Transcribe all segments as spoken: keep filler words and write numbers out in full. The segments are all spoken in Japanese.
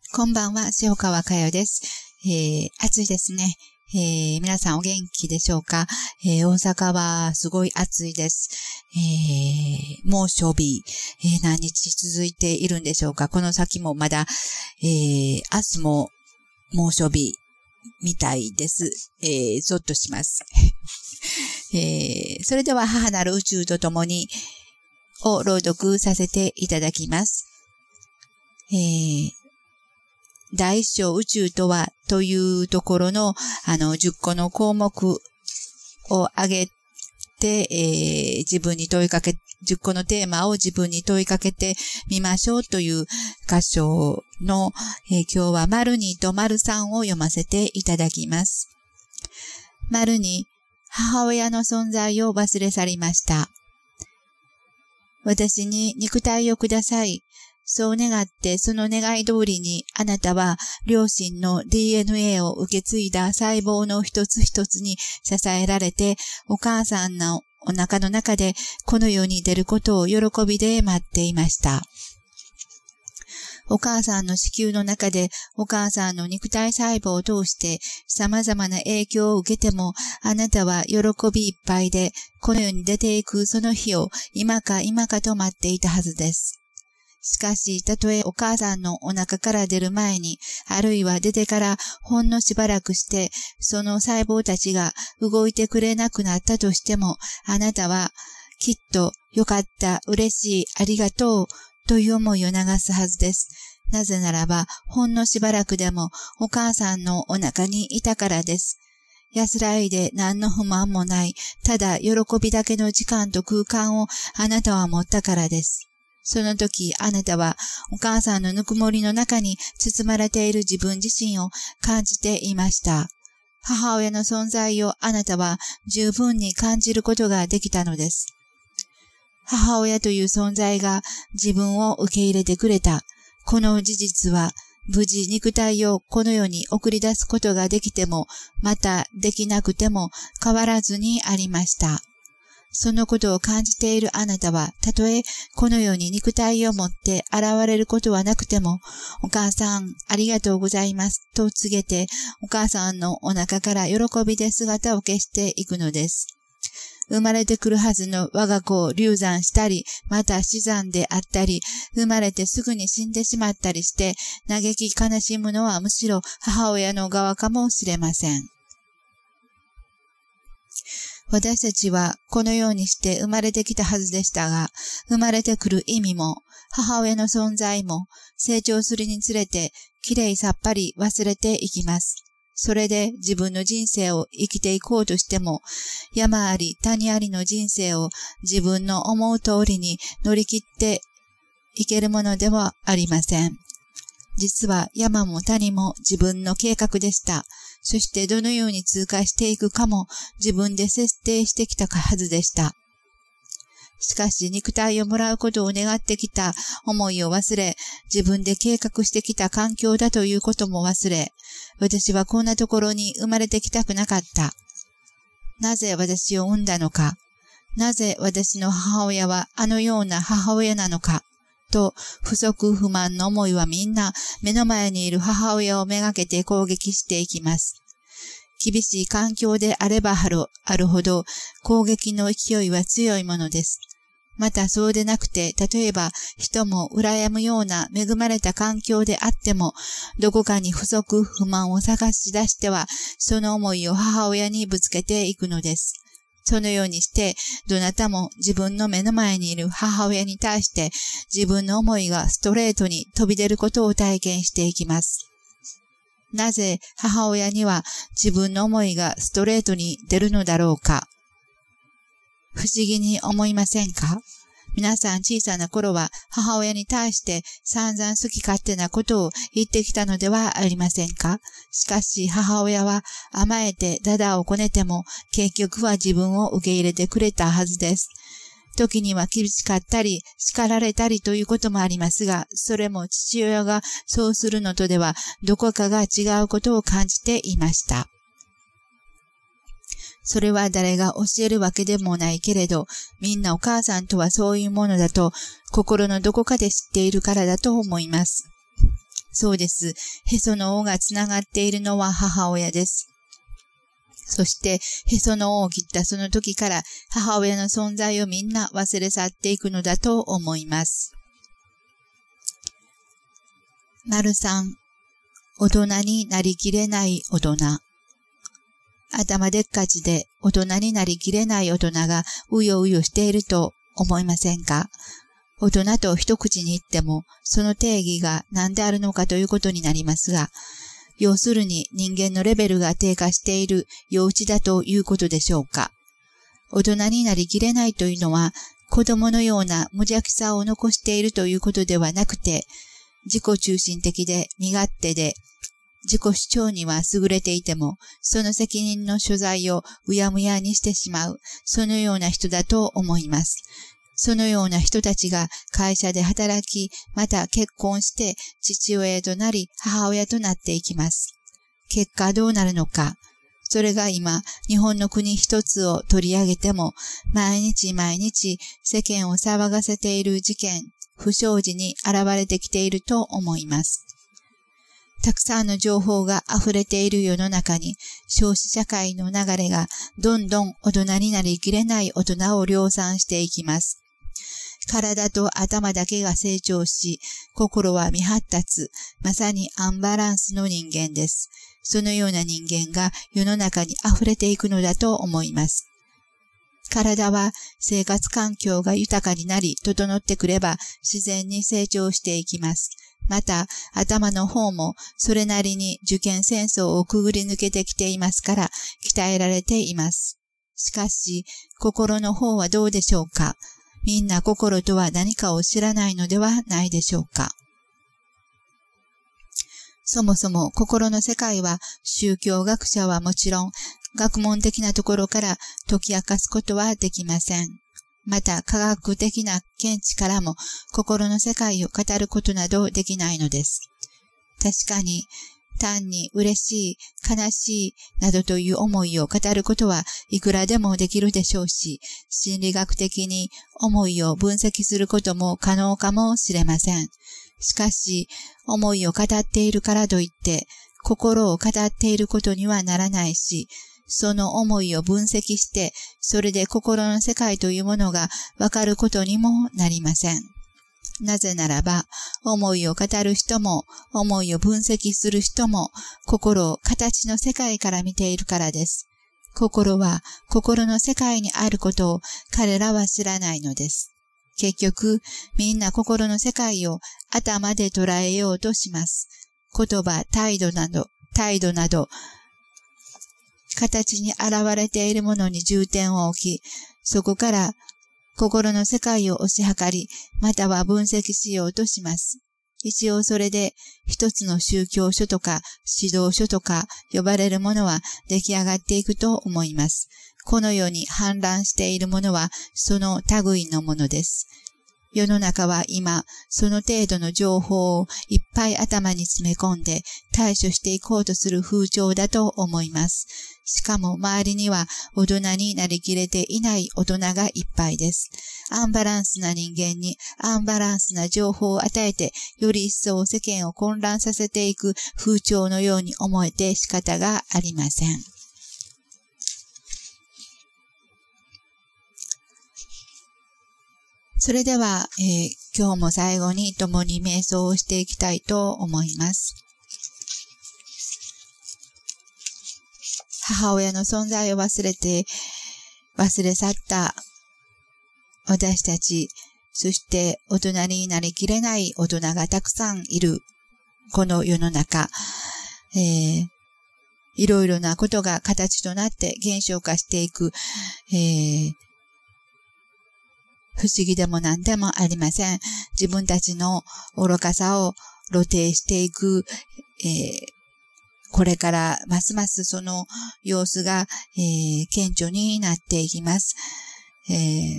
こんばんは、塩川佳代です。えー、暑いですね。えー、皆さんお元気でしょうか。えー、大阪はすごい暑いです。えー、猛暑日、えー、何日続いているんでしょうか。この先もまだ、えー、明日も猛暑日みたいです。えー、ゾッとします。えー、それでは母なる宇宙と共にを朗読させていただきます。えー第一章宇宙とはというところのあのじゅっこの項目を挙げて、えー、自分に問いかけ、じゅっこのテーマを自分に問いかけてみましょうという箇所の、えー、今日は丸にと丸さんを読ませていただきます。丸に、母親の存在を忘れ去りました。私に肉体をください。そう願ってその願い通りにあなたは両親の ディーエヌエー を受け継いだ細胞の一つ一つに支えられてお母さんのお腹の中でこの世に出ることを喜びで待っていました。お母さんの子宮の中でお母さんの肉体細胞を通して様々な影響を受けてもあなたは喜びいっぱいでこの世に出ていくその日を今か今かと待っていたはずです。しかし、たとえお母さんのお腹から出る前に、あるいは出てからほんのしばらくして、その細胞たちが動いてくれなくなったとしても、あなたはきっとよかった、嬉しい、ありがとうという思いを流すはずです。なぜならば、ほんのしばらくでもお母さんのお腹にいたからです。安らいで何の不満もない、ただ喜びだけの時間と空間をあなたは持ったからです。その時、あなたはお母さんのぬくもりの中に包まれている自分自身を感じていました。母親の存在をあなたは十分に感じることができたのです。母親という存在が自分を受け入れてくれた。この事実は無事肉体をこの世に送り出すことができても、またできなくても変わらずにありました。そのことを感じているあなたは、たとえこの世に肉体を持って現れることはなくても、お母さんありがとうございますと告げて、お母さんのお腹から喜びで姿を消していくのです。生まれてくるはずの我が子を流産したり、また死産であったり、生まれてすぐに死んでしまったりして、嘆き悲しむのはむしろ母親の側かもしれません。私たちはこのようにして生まれてきたはずでしたが、生まれてくる意味も、母親の存在も、成長するにつれて、きれいさっぱり忘れていきます。それで自分の人生を生きていこうとしても、山あり谷ありの人生を自分の思う通りに乗り切っていけるものではありません。実は山も谷も自分の計画でした。そしてどのように通過していくかも自分で設定してきたはずでした。しかし肉体をもらうことを願ってきた思いを忘れ、自分で計画してきた環境だということも忘れ、私はこんなところに生まれてきたくなかった。なぜ私を産んだのか。なぜ私の母親はあのような母親なのか。と、不足不満の思いはみんな目の前にいる母親をめがけて攻撃していきます。厳しい環境であればあるほど攻撃の勢いは強いものです。またそうでなくて、例えば人も羨むような恵まれた環境であっても、どこかに不足不満を探し出しては、その思いを母親にぶつけていくのです。そのようにして、どなたも自分の目の前にいる母親に対して自分の思いがストレートに飛び出ることを体験していきます。なぜ母親には自分の思いがストレートに出るのだろうか。不思議に思いませんか？皆さん小さな頃は母親に対して散々好き勝手なことを言ってきたのではありませんか？しかし母親は甘えてダダをこねても結局は自分を受け入れてくれたはずです。時には厳しかったり叱られたりということもありますが、それも父親がそうするのとではどこかが違うことを感じていました。それは誰が教えるわけでもないけれど、みんなお母さんとはそういうものだと心のどこかで知っているからだと思います。 そうです。へその緒がつながっているのは母親です。そして、へその緒を切ったその時から母親の存在をみんな忘れ去っていくのだと思います。丸三、大人になりきれない大人。頭でっかちで大人になりきれない大人がうようよしていると思いませんか？大人と一口に言っても、その定義が何であるのかということになりますが、要するに人間のレベルが低下している幼稚だということでしょうか。大人になりきれないというのは、子供のような無邪気さを残しているということではなくて、自己中心的で身勝手で、自己主張には優れていても、その責任の所在をうやむやにしてしまう、そのような人だと思います。そのような人たちが会社で働き、また結婚して父親となり母親となっていきます。結果どうなるのか。それが今、日本の国一つを取り上げても、毎日毎日世間を騒がせている事件、不祥事に現れてきていると思います。たくさんの情報が溢れている世の中に、少子社会の流れがどんどん大人になりきれない大人を量産していきます。体と頭だけが成長し、心は未発達、まさにアンバランスの人間です。そのような人間が世の中に溢れていくのだと思います。体は生活環境が豊かになり、整ってくれば自然に成長していきます。また、頭の方もそれなりに受験戦争をくぐり抜けてきていますから、鍛えられています。しかし、心の方はどうでしょうか。みんな心とは何かを知らないのではないでしょうか。そもそも心の世界は宗教学者はもちろん学問的なところから解き明かすことはできません。また科学的な見地からも心の世界を語ることなどできないのです。確かに単に嬉しい、悲しいなどという思いを語ることはいくらでもできるでしょうし、心理学的に思いを分析することも可能かもしれません。しかし、思いを語っているからといって、心を語っていることにはならないし、その思いを分析して、それで心の世界というものがわかることにもなりません。なぜならば、思いを語る人も、思いを分析する人も、心を形の世界から見ているからです。心は心の世界にあることを彼らは知らないのです。結局、みんな心の世界を頭で捉えようとします。言葉、態度など、態度など、形に現れているものに重点を置き、そこから心の世界を推し量り、または分析しようとします。一応それで一つの宗教書とか指導書とか呼ばれるものは出来上がっていくと思います。この世に氾濫しているものはその類のものです。世の中は今、その程度の情報をいっぱい頭に詰め込んで対処していこうとする風潮だと思います。しかも周りには大人になりきれていない大人がいっぱいです。アンバランスな人間にアンバランスな情報を与えて、より一層世間を混乱させていく風潮のように思えて仕方がありません。それでは、えー、今日も最後に共に瞑想をしていきたいと思います。母親の存在を忘れて、忘れ去った私たち、そして大人になりきれない大人がたくさんいるこの世の中、えー、いろいろなことが形となって現象化していく、えー不思議でも何でもありません。自分たちの愚かさを露呈していく、えー、これからますますその様子が、えー、顕著になっていきます。えー、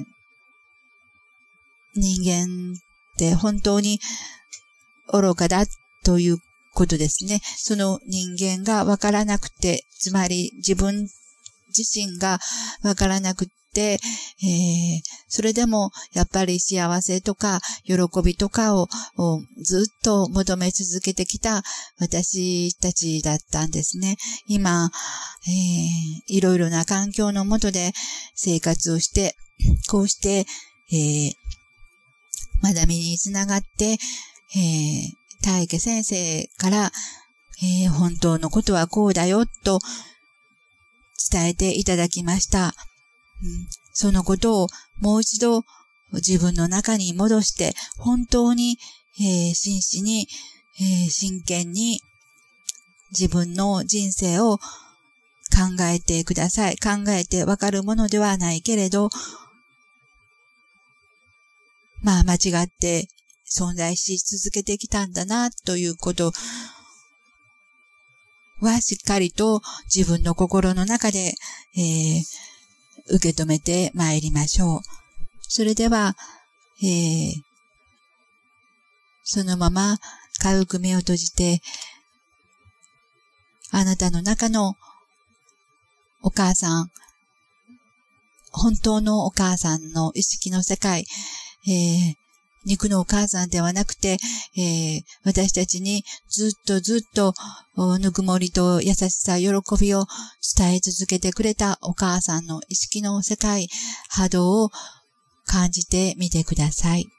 人間って本当に愚かだということですね。その人間がわからなくて、つまり自分自身がわからなくて、 、えー、それでもやっぱり幸せとか喜びとかをずっと求め続けてきた私たちだったんですね。今、えー、いろいろな環境の下で生活をして、こうして、えー、学びにつながって、えー、大家先生から、えー、本当のことはこうだよと伝えていただきました。うん、そのことをもう一度自分の中に戻して、本当に、えー、真摯に、えー、真剣に自分の人生を考えてください。考えてわかるものではないけれど、まあ間違って存在し続けてきたんだなということはしっかりと自分の心の中で、えー、受け止めて参りましょう。それでは、えー、そのまま軽く目を閉じて、あなたの中のお母さん、本当のお母さんの意識の世界、えー、肉のお母さんではなくて、えー、私たちにずっとずっとぬくもりと優しさ、喜びを伝え続けてくれたお母さんの意識の世界、波動を感じてみてください。